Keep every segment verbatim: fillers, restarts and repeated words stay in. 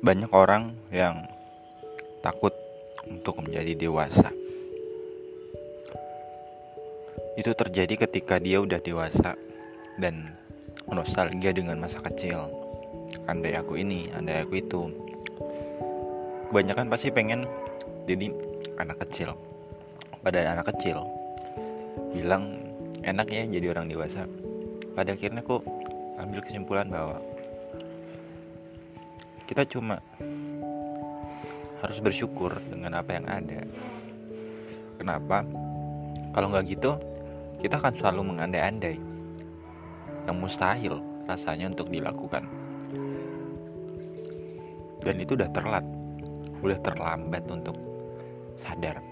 Banyak orang yang takut untuk menjadi dewasa. Itu terjadi ketika dia udah dewasa dan nostalgia dengan masa kecil. Andai aku ini, andai aku itu. Kebanyakan pasti pengen jadi anak kecil. Pada anak kecil bilang enak ya jadi orang dewasa. Pada akhirnya aku ambil kesimpulan bahwa kita cuma harus bersyukur dengan apa yang ada. Kenapa? Kalau nggak gitu, kita akan selalu mengandai-andai yang mustahil rasanya untuk dilakukan. Dan itu udah terlambat, udah terlambat untuk sadar.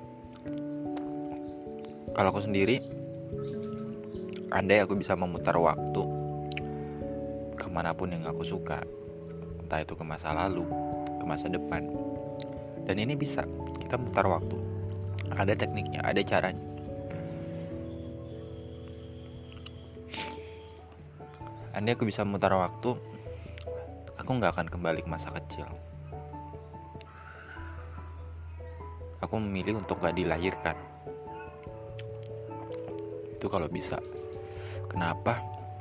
Kalau aku sendiri, andai aku bisa memutar waktu kemanapun yang aku suka, entah itu ke masa lalu, ke masa depan. Dan ini bisa, kita mutar waktu. Ada tekniknya, ada caranya. Andai aku bisa memutar waktu, aku gak akan kembali ke masa kecil. Aku memilih untuk gak dilahirkan. Itu kalau bisa. Kenapa?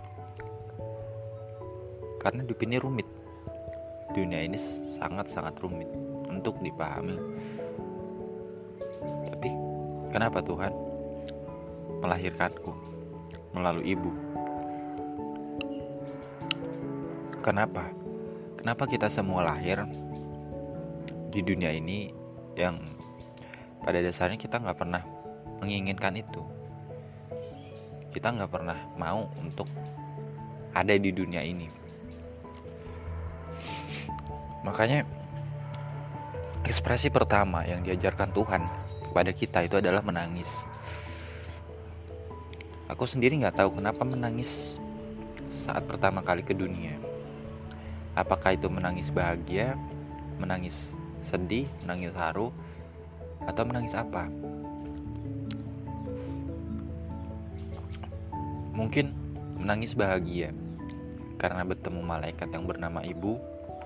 Karena hidup ini rumit. Dunia ini sangat-sangat rumit untuk dipahami. Tapi kenapa Tuhan melahirkanku melalui ibu? Kenapa? Kenapa kita semua lahir di dunia ini yang pada dasarnya kita gak pernah menginginkan itu. Kita gak pernah mau untuk ada di dunia ini. Makanya ekspresi pertama yang diajarkan Tuhan kepada kita itu adalah menangis. Aku sendiri gak tahu kenapa menangis saat pertama kali ke dunia. Apakah itu menangis bahagia, menangis sedih, menangis haru, atau menangis apa? Mungkin menangis bahagia karena bertemu malaikat yang bernama ibu,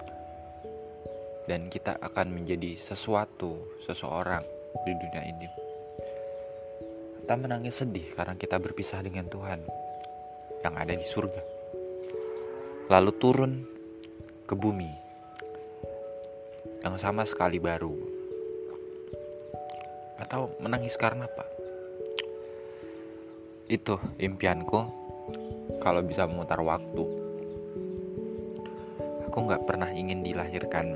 dan kita akan menjadi sesuatu, seseorang di dunia ini. Atau menangis sedih karena kita berpisah dengan Tuhan yang ada di surga, lalu turun ke bumi yang sama sekali baru. Atau menangis karena apa? Itu impianku kalau bisa memutar waktu. Aku gak pernah ingin dilahirkan,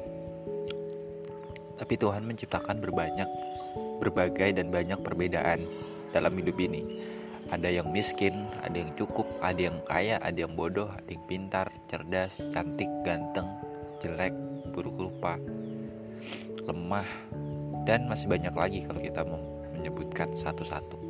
tapi Tuhan menciptakan berbanyak, berbagai dan banyak perbedaan dalam hidup ini. Ada yang miskin, ada yang cukup, ada yang kaya, ada yang bodoh, ada yang pintar, cerdas, cantik, ganteng, jelek, buruk rupa, lemah, dan masih banyak lagi kalau kita mau menyebutkan satu-satu.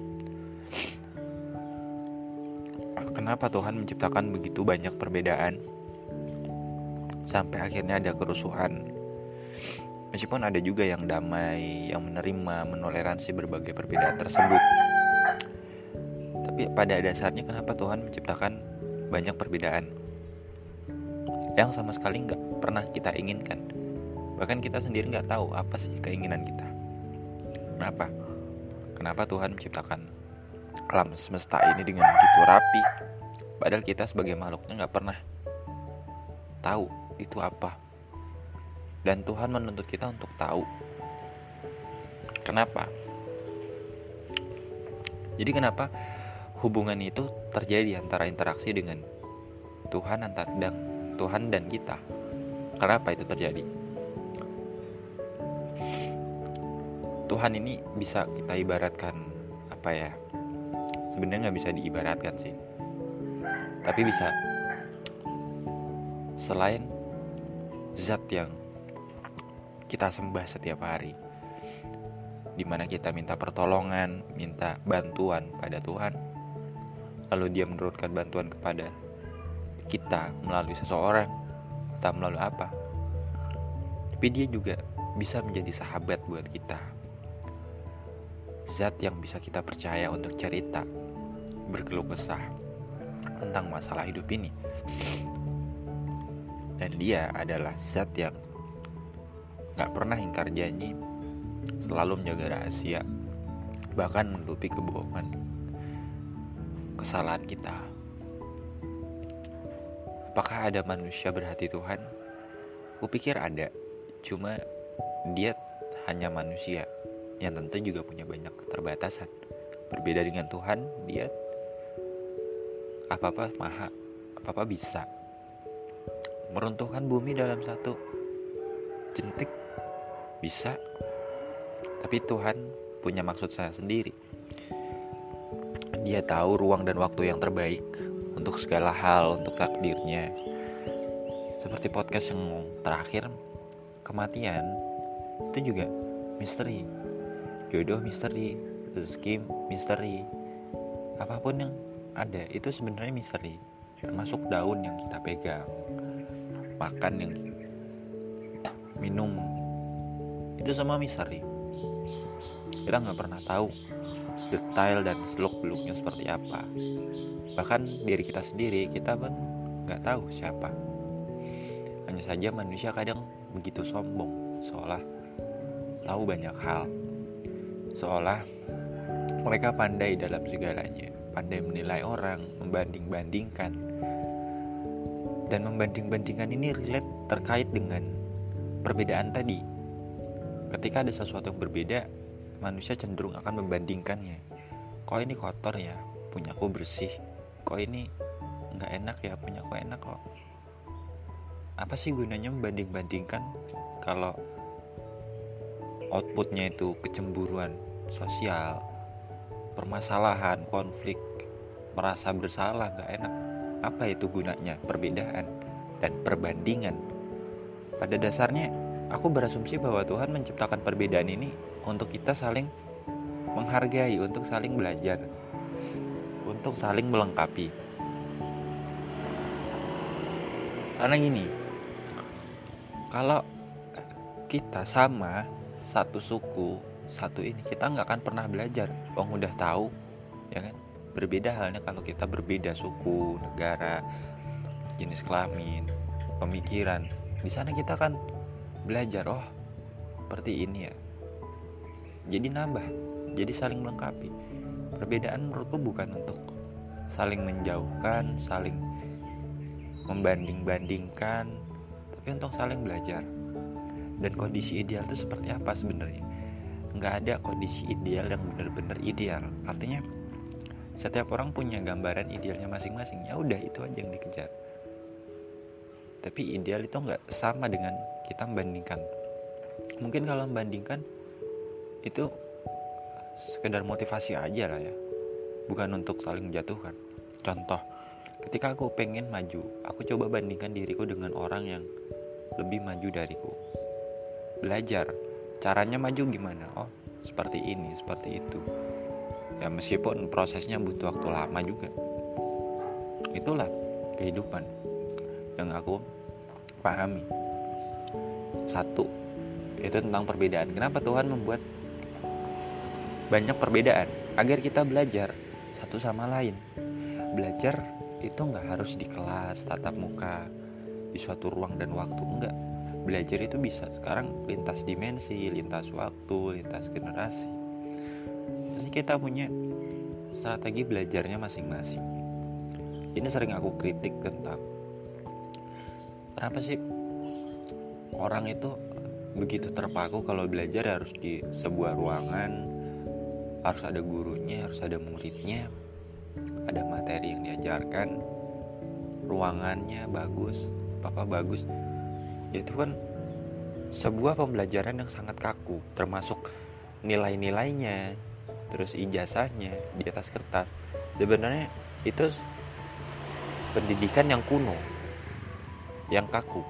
Kenapa Tuhan menciptakan begitu banyak perbedaan sampai akhirnya ada kerusuhan? Meskipun ada juga yang damai, yang menerima, menoleransi berbagai perbedaan tersebut. Tapi pada dasarnya kenapa Tuhan menciptakan banyak perbedaan yang sama sekali gak pernah kita inginkan? Bahkan kita sendiri gak tahu apa sih keinginan kita. Kenapa? Kenapa Tuhan menciptakan alam semesta ini dengan begitu rapi, padahal kita sebagai makhluknya gak pernah tahu itu apa. Dan Tuhan menuntut kita untuk tahu. Kenapa? Jadi kenapa hubungan itu terjadi antara interaksi dengan Tuhan antara dan Tuhan dan kita? Kenapa itu terjadi? Tuhan ini bisa kita ibaratkan apa ya? Sebenarnya nggak bisa diibaratkan sih. Tapi bisa selain zat yang kita sembah setiap hari, dimana kita minta pertolongan, minta bantuan pada Tuhan, lalu dia menurunkan bantuan kepada kita melalui seseorang atau melalui apa. Tapi dia juga bisa menjadi sahabat buat kita, zat yang bisa kita percaya untuk cerita, berkeluh kesah tentang masalah hidup ini. Dan dia adalah zat yang gak pernah ingkar janji, selalu menjaga rahasia, bahkan menutupi kebohongan, kesalahan kita. Apakah ada manusia berhati Tuhan? Kupikir ada, cuma dia hanya manusia yang tentu juga punya banyak keterbatasan. Berbeda dengan Tuhan, dia apa-apa maha, apa-apa bisa. Meruntuhkan bumi dalam satu jentik bisa. Tapi Tuhan punya maksud saya sendiri. Dia tahu ruang dan waktu yang terbaik untuk segala hal, untuk takdirnya. Seperti podcast yang terakhir, kematian itu juga misteri. Jodoh misteri, rezeki misteri. Apapun yang ada itu sebenarnya misteri. Termasuk daun yang kita pegang, makan yang minum, itu semua misteri. Kita gak pernah tahu detail dan seluk-beluknya seperti apa. Bahkan diri kita sendiri, kita pun gak tahu siapa. Hanya saja manusia kadang begitu sombong, seolah tahu banyak hal, seolah mereka pandai dalam segalanya, pandai menilai orang, membanding-bandingkan. Dan membanding-bandingkan ini relate terkait dengan perbedaan tadi. Ketika ada sesuatu yang berbeda, manusia cenderung akan membandingkannya. Kok ini kotor ya, punyaku bersih. Kok ini gak enak ya, punyaku enak kok. Apa sih gunanya membanding-bandingkan kalau outputnya itu kecemburuan sosial, permasalahan, konflik, merasa bersalah, gak enak. Apa itu gunanya perbedaan dan perbandingan? Pada dasarnya aku berasumsi bahwa Tuhan menciptakan perbedaan ini untuk kita saling menghargai, untuk saling belajar, untuk saling melengkapi. Karena gini, kalau kita sama satu suku, satu ini, kita gak akan pernah belajar. Orang udah tahu, ya kan? Berbeda halnya kalau kita berbeda suku, negara, jenis kelamin, pemikiran. Di sana kita kan belajar, oh seperti ini ya. Jadi nambah, jadi saling melengkapi. Perbedaan menurutku bukan untuk saling menjauhkan, saling membanding-bandingkan, tapi untuk saling belajar. Dan kondisi ideal itu seperti apa sebenarnya? Nggak ada kondisi ideal yang benar-benar ideal. Artinya setiap orang punya gambaran idealnya masing-masing. Ya udah, itu aja yang dikejar. Tapi ideal itu nggak sama dengan kita membandingkan. Mungkin kalau membandingkan itu sekedar motivasi aja lah ya, bukan untuk saling menjatuhkan. Contoh, ketika aku pengen maju, aku coba bandingkan diriku dengan orang yang lebih maju dariku. Belajar caranya maju gimana. Oh seperti ini, seperti itu. Ya meskipun prosesnya butuh waktu lama juga. Itulah kehidupan yang aku pahami. Satu, itu tentang perbedaan. Kenapa Tuhan membuat banyak perbedaan? Agar kita belajar satu sama lain. Belajar itu gak harus di kelas, tatap muka, di suatu ruang dan waktu. Enggak. Belajar itu bisa sekarang lintas dimensi, lintas waktu, lintas generasi. Jadi kita punya strategi belajarnya masing-masing. Ini sering aku kritik tentang kenapa sih orang itu begitu terpaku kalau belajar harus di sebuah ruangan, harus ada gurunya, harus ada muridnya, ada materi yang diajarkan, ruangannya bagus, apa bagus. Ya itu kan sebuah pembelajaran yang sangat kaku, termasuk nilai-nilainya, terus ijazahnya di atas kertas. Sebenarnya itu pendidikan yang kuno, yang kaku.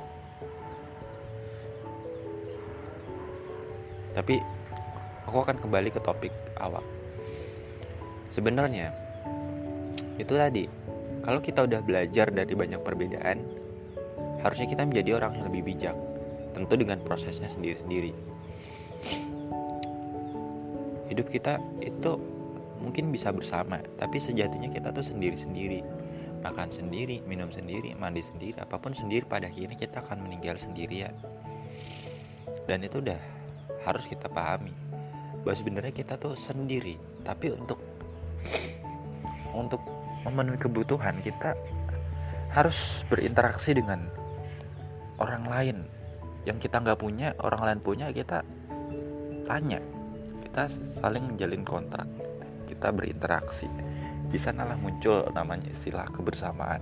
Tapi aku akan kembali ke topik awal. Sebenarnya itu tadi, kalau kita udah belajar dari banyak perbedaan, harusnya kita menjadi orang yang lebih bijak, tentu dengan prosesnya sendiri-sendiri. Hidup kita itu mungkin bisa bersama, tapi sejatinya kita tuh sendiri-sendiri. makan sendiri, minum sendiri, mandi sendiri, apapun sendiri. Pada akhirnya kita akan meninggal sendirian. Dan itu udah harus kita pahami bahwa sebenarnya kita tuh sendiri, tapi untuk untuk memenuhi kebutuhan kita harus berinteraksi dengan orang lain. Yang kita nggak punya, orang lain punya, kita tanya, kita saling menjalin kontrak, kita berinteraksi. Di sanalah muncul namanya istilah kebersamaan.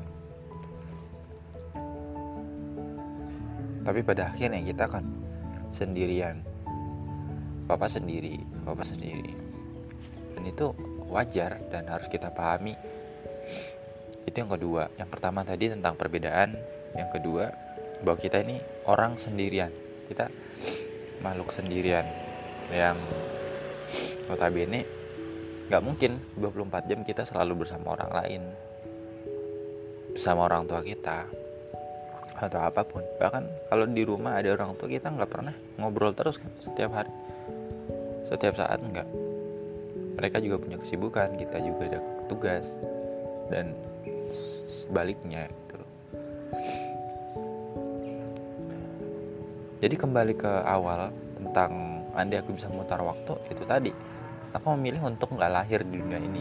Tapi pada akhirnya kita kan sendirian, papa sendiri, papa sendiri, dan itu wajar dan harus kita pahami. Itu yang kedua. Yang pertama tadi tentang perbedaan, yang kedua bahwa kita ini orang sendirian, kita makhluk sendirian yang notabene gak mungkin dua puluh empat jam kita selalu bersama orang lain, bersama orang tua kita atau apapun. Bahkan kalau di rumah ada orang tua, kita gak pernah ngobrol terus kan setiap hari, setiap saat. Enggak, mereka juga punya kesibukan, kita juga ada tugas, dan sebaliknya gitu. Jadi kembali ke awal tentang andai aku bisa memutar waktu, itu tadi aku memilih untuk gak lahir di dunia ini.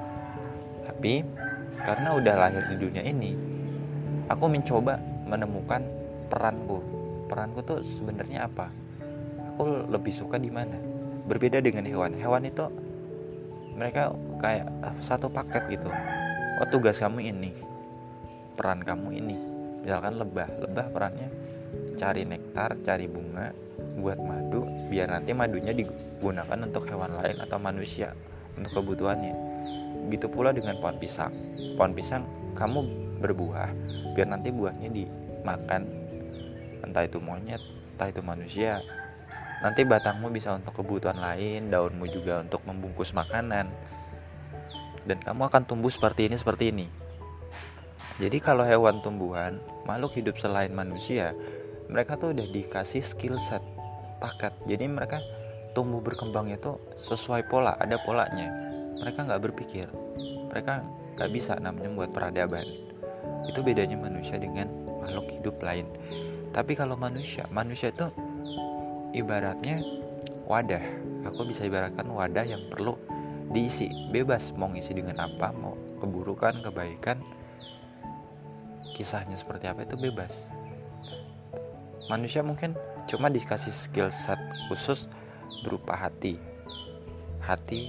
Tapi karena udah lahir di dunia ini, aku mencoba menemukan peranku. Peranku tuh sebenarnya apa? Aku lebih suka di mana? Berbeda dengan hewan. Hewan itu mereka kayak satu paket gitu. Oh, tugas kamu ini, peran kamu ini. Misalkan lebah. Lebah perannya cari nektar, cari bunga, buat madu, biar nanti madunya digunakan untuk hewan lain atau manusia untuk kebutuhannya. Begitu pula dengan pohon pisang. Pohon pisang kamu berbuah, biar nanti buahnya dimakan, entah itu monyet, entah itu manusia. Nanti batangmu bisa untuk kebutuhan lain, daunmu juga untuk membungkus makanan, dan kamu akan tumbuh seperti ini, seperti ini. Jadi kalau hewan tumbuhan, makhluk hidup selain manusia, mereka tuh udah dikasih skill set, paket. Jadi mereka tumbuh berkembangnya tuh sesuai pola, ada polanya. Mereka gak berpikir, mereka gak bisa namanya buat peradaban. Itu bedanya manusia dengan makhluk hidup lain. Tapi kalau manusia, manusia itu ibaratnya wadah. Aku bisa ibaratkan wadah yang perlu diisi, bebas mau ngisi dengan apa, mau keburukan, kebaikan, kisahnya seperti apa, itu bebas. Manusia mungkin cuma dikasih skill set khusus berupa hati hati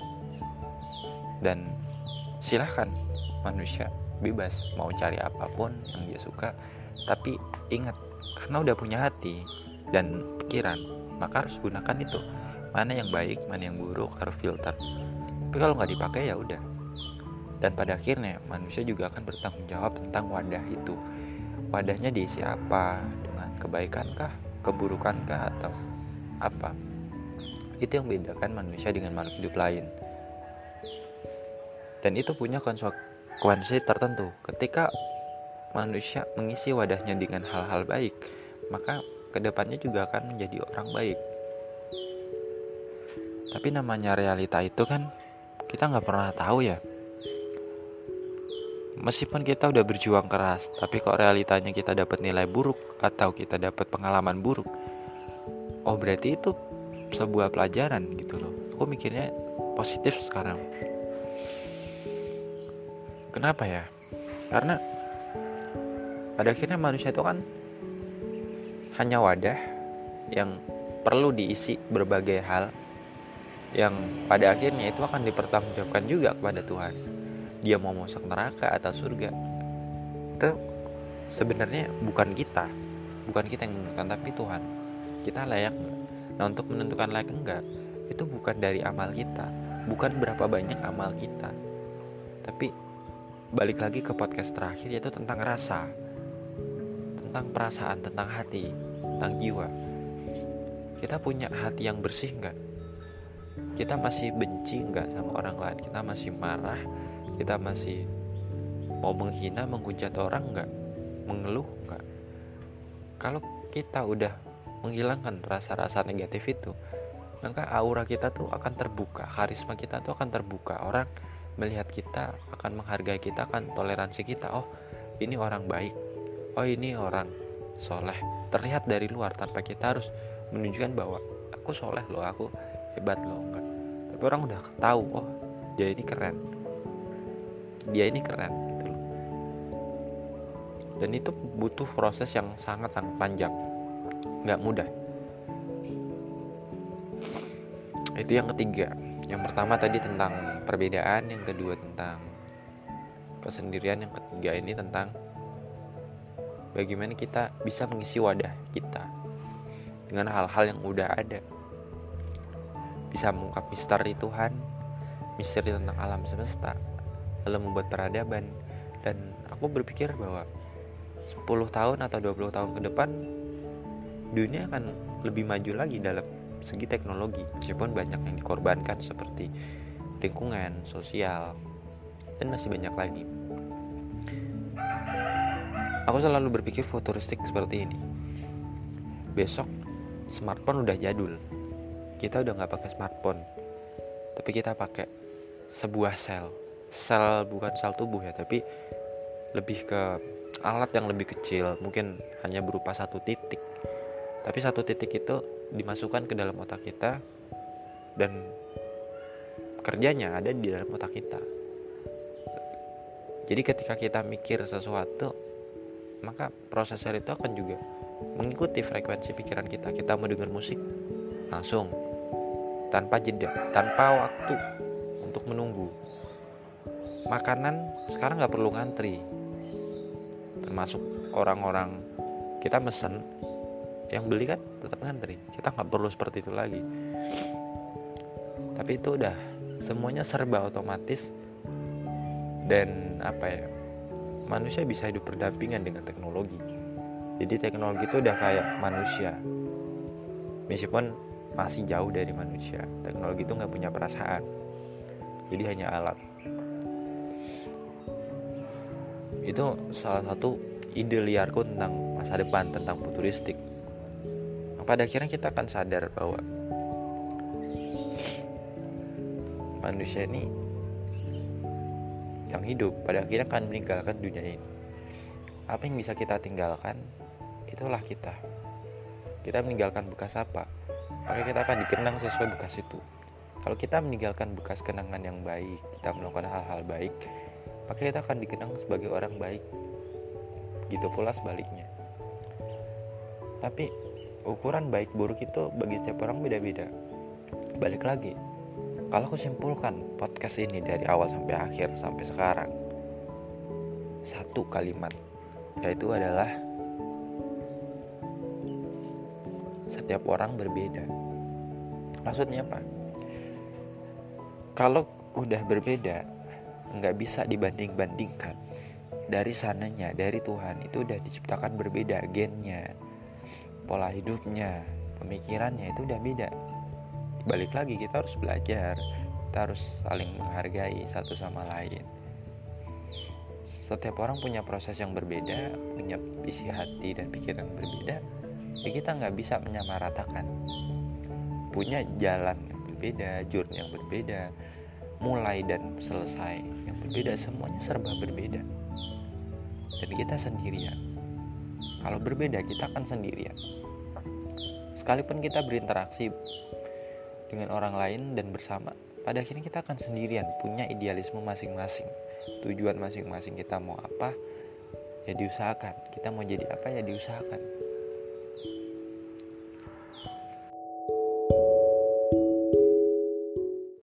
dan silahkan manusia bebas mau cari apapun yang dia suka. Tapi ingat, karena udah punya hati dan pikiran, maka harus gunakan itu. Mana yang baik, mana yang buruk, harus filter. Tapi kalau nggak dipakai ya udah. Dan pada akhirnya manusia juga akan bertanggung jawab tentang wadah itu. Wadahnya diisi apa? Dengan kebaikan kah, keburukan kah, atau apa? Itu yang bedakan manusia dengan makhluk hidup lain. Dan itu punya konsekuensi tertentu. Ketika manusia mengisi wadahnya dengan hal-hal baik, maka kedepannya juga akan menjadi orang baik. Tapi namanya realita itu kan kita gak pernah tahu ya. Meskipun kita udah berjuang keras, tapi kok realitanya kita dapat nilai buruk atau kita dapat pengalaman buruk, oh berarti itu sebuah pelajaran gitu loh. Aku mikirnya positif sekarang. Kenapa ya? Karena pada akhirnya manusia itu kan hanya wadah yang perlu diisi berbagai hal, yang pada akhirnya itu akan dipertanggungjawabkan juga kepada Tuhan. Dia mau masuk neraka atau surga, itu sebenarnya bukan kita, bukan kita yang menentukan, tapi Tuhan. Kita layak. Nah, untuk menentukan layak enggak, itu bukan dari amal kita, bukan berapa banyak amal kita. Tapi balik lagi ke podcast terakhir, yaitu tentang rasa, tentang perasaan, tentang hati, tentang jiwa. Kita punya hati yang bersih enggak? Kita masih benci enggak sama orang lain? Kita masih marah? Kita masih mau menghina, menghujat orang enggak? Mengeluh enggak? Kalau kita udah menghilangkan rasa-rasa negatif itu, maka aura kita tuh akan terbuka, karisma kita tuh akan terbuka. Orang melihat kita, akan menghargai kita, akan toleransi kita. Oh, ini orang baik, oh ini orang soleh, terlihat dari luar tanpa kita harus menunjukkan bahwa aku soleh loh, aku hebat loh, enggak. Tapi orang udah tahu, oh dia ini keren, dia ini keren gitu loh. Dan itu butuh proses yang sangat-sangat panjang, nggak mudah. Itu yang ketiga. Yang pertama tadi tentang perbedaan, yang kedua tentang kesendirian, yang ketiga ini tentang bagaimana kita bisa mengisi wadah kita dengan hal-hal yang udah ada. Bisa mengungkap misteri Tuhan, misteri tentang alam semesta, lalu membuat peradaban. Dan aku berpikir bahwa sepuluh tahun atau dua puluh tahun ke depan dunia akan lebih maju lagi dalam segi teknologi, meskipun banyak yang dikorbankan seperti lingkungan, sosial, dan masih banyak lagi. Aku selalu berpikir futuristik seperti ini. Besok smartphone udah jadul, kita udah gak pakai smartphone, tapi kita pakai sebuah sel. Sel bukan sel tubuh ya, tapi lebih ke alat yang lebih kecil, mungkin hanya berupa satu titik. Tapi satu titik itu dimasukkan ke dalam otak kita, dan kerjanya ada di dalam otak kita. Jadi ketika kita mikir sesuatu, maka prosesor itu akan juga mengikuti frekuensi pikiran kita. Kita mau dengar musik, langsung, tanpa jeda, tanpa waktu untuk menunggu. Makanan sekarang gak perlu ngantri, termasuk orang-orang kita mesen, yang beli kan tetap ngantri. Kita gak perlu seperti itu lagi. Tapi itu udah semuanya serba otomatis. Dan apa ya, manusia bisa hidup berdampingan dengan teknologi. Jadi teknologi itu udah kayak manusia, meskipun masih jauh dari manusia. Teknologi itu gak punya perasaan, jadi hanya alat. Itu salah satu ide liarku tentang masa depan, tentang futuristik. Pada akhirnya kita akan sadar bahwa manusia ini yang hidup pada akhirnya akan meninggalkan dunia ini. Apa yang bisa kita tinggalkan, itulah kita. Kita meninggalkan bekas apa, maka kita akan dikenang sesuai bekas itu. Kalau kita meninggalkan bekas kenangan yang baik, kita melakukan hal-hal baik, maka kita akan dikenang sebagai orang baik. Begitu pula sebaliknya. Tapi ukuran baik buruk itu bagi setiap orang beda-beda. Balik lagi, kalau aku simpulkan podcast ini dari awal sampai akhir sampai sekarang, satu kalimat, yaitu adalah setiap orang berbeda. Maksudnya apa? Kalau udah berbeda, nggak bisa dibanding-bandingkan. Dari sananya, dari Tuhan itu udah diciptakan berbeda, gennya, pola hidupnya, pemikirannya itu udah beda. Balik lagi, kita harus belajar, kita harus saling menghargai satu sama lain. Setiap orang punya proses yang berbeda, punya isi hati dan pikiran yang berbeda. Ya kita nggak bisa menyamaratakan. Punya jalan yang berbeda, journey yang berbeda, mulai dan selesai yang berbeda, semuanya serba berbeda. Dan kita sendirian. Kalau berbeda, kita akan sendirian. Sekalipun kita berinteraksi dengan orang lain dan bersama, pada akhirnya kita akan sendirian, punya idealisme masing-masing, tujuan masing-masing. Kita mau apa, ya diusahakan. Kita mau jadi apa, ya diusahakan.